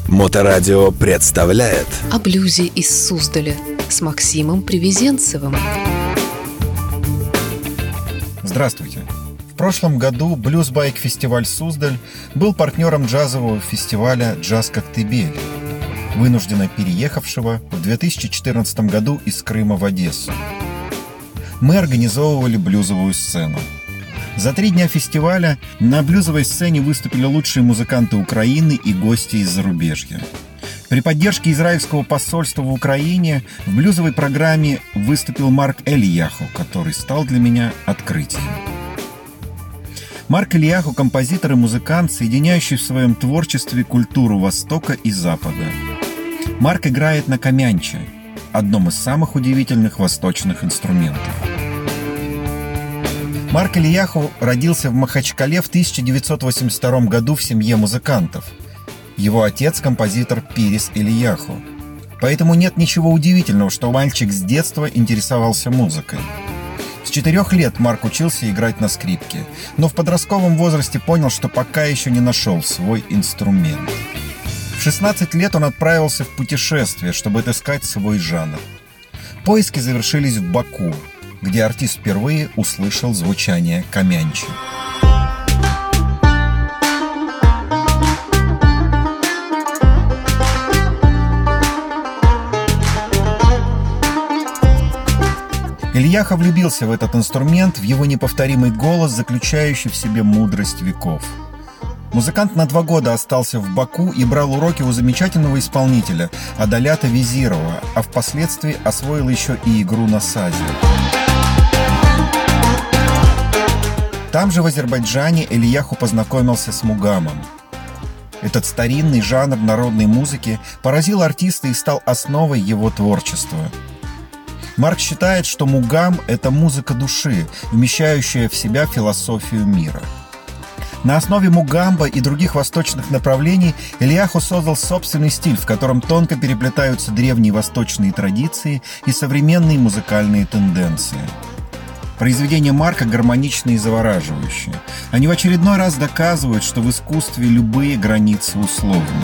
Моторадио представляет О блюзе из Суздаля с Максимом Привезенцевым. Здравствуйте! В прошлом году блюз-байк-фестиваль «Суздаль» был партнером джазового фестиваля «Джаз Коктебель», вынужденно переехавшего в 2014 году из Крыма в Одессу. Мы организовывали блюзовую сцену. За 3 дня фестиваля на блюзовой сцене выступили лучшие музыканты Украины и гости из зарубежья. При поддержке израильского посольства в Украине в блюзовой программе выступил Марк Элияху, который стал для меня открытием. Марк Элияху – композитор и музыкант, соединяющий в своем творчестве культуру Востока и Запада. Марк играет на камянче, одном из самых удивительных восточных инструментов. Марк Элияху родился в Махачкале в 1982 году в семье музыкантов. Его отец – композитор Пирис Элияху. Поэтому нет ничего удивительного, что мальчик с детства интересовался музыкой. С 4 лет Марк учился играть на скрипке, но в подростковом возрасте понял, что пока еще не нашел свой инструмент. В 16 лет он отправился в путешествие, чтобы отыскать свой жанр. Поиски завершились в Баку, где артист впервые услышал звучание камянчи. Элияху влюбился в этот инструмент, в его неповторимый голос, заключающий в себе мудрость веков. Музыкант на 2 года остался в Баку и брал уроки у замечательного исполнителя Адалята Визирова, а впоследствии освоил еще и игру на сазе. Там же в Азербайджане Элияху познакомился с мугамом. Этот старинный жанр народной музыки поразил артиста и стал основой его творчества. Марк считает, что мугам – это музыка души, вмещающая в себя философию мира. На основе мугамба и других восточных направлений Элияху создал собственный стиль, в котором тонко переплетаются древние восточные традиции и современные музыкальные тенденции. Произведения Марка гармоничны и завораживающие. Они в очередной раз доказывают, что в искусстве любые границы условны.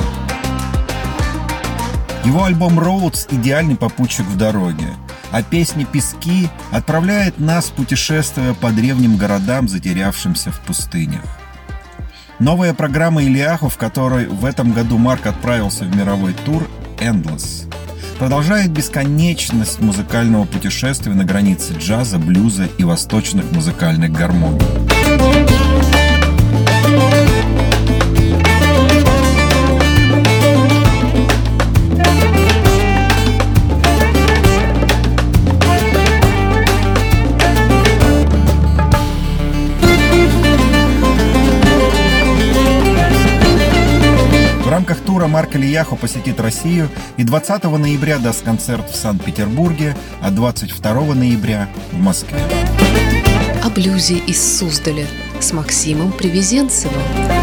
Его альбом «Роудс» – идеальный попутчик в дороге, а песня «Пески» отправляет нас в путешествие по древним городам, затерявшимся в пустынях. Новая программа Элияху, в которой в этом году Марк отправился в мировой тур, «Endless», продолжает бесконечность музыкального путешествия на границе джаза, блюза и восточных музыкальных гармоний. В рамках тура Марк Элияху посетит Россию и 20 ноября даст концерт в Санкт-Петербурге, а 22 ноября в Москве. О блюзе из Суздаля с Максимом Привезенцевым.